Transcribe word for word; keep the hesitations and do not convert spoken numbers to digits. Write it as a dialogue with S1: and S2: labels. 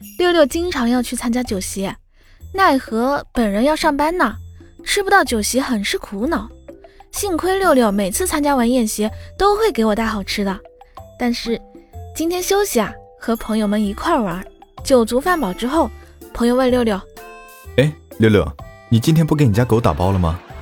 S1: 六六经常要去参加酒席，奈何本人要上班呢，吃不到酒席很是苦恼。幸亏六六每次参加完宴席都会给我带好吃的，但是今天休息啊，和朋友们一块玩。酒足饭饱之后，朋友问六六：
S2: 哎，六六，你今天不给你家狗打包了吗？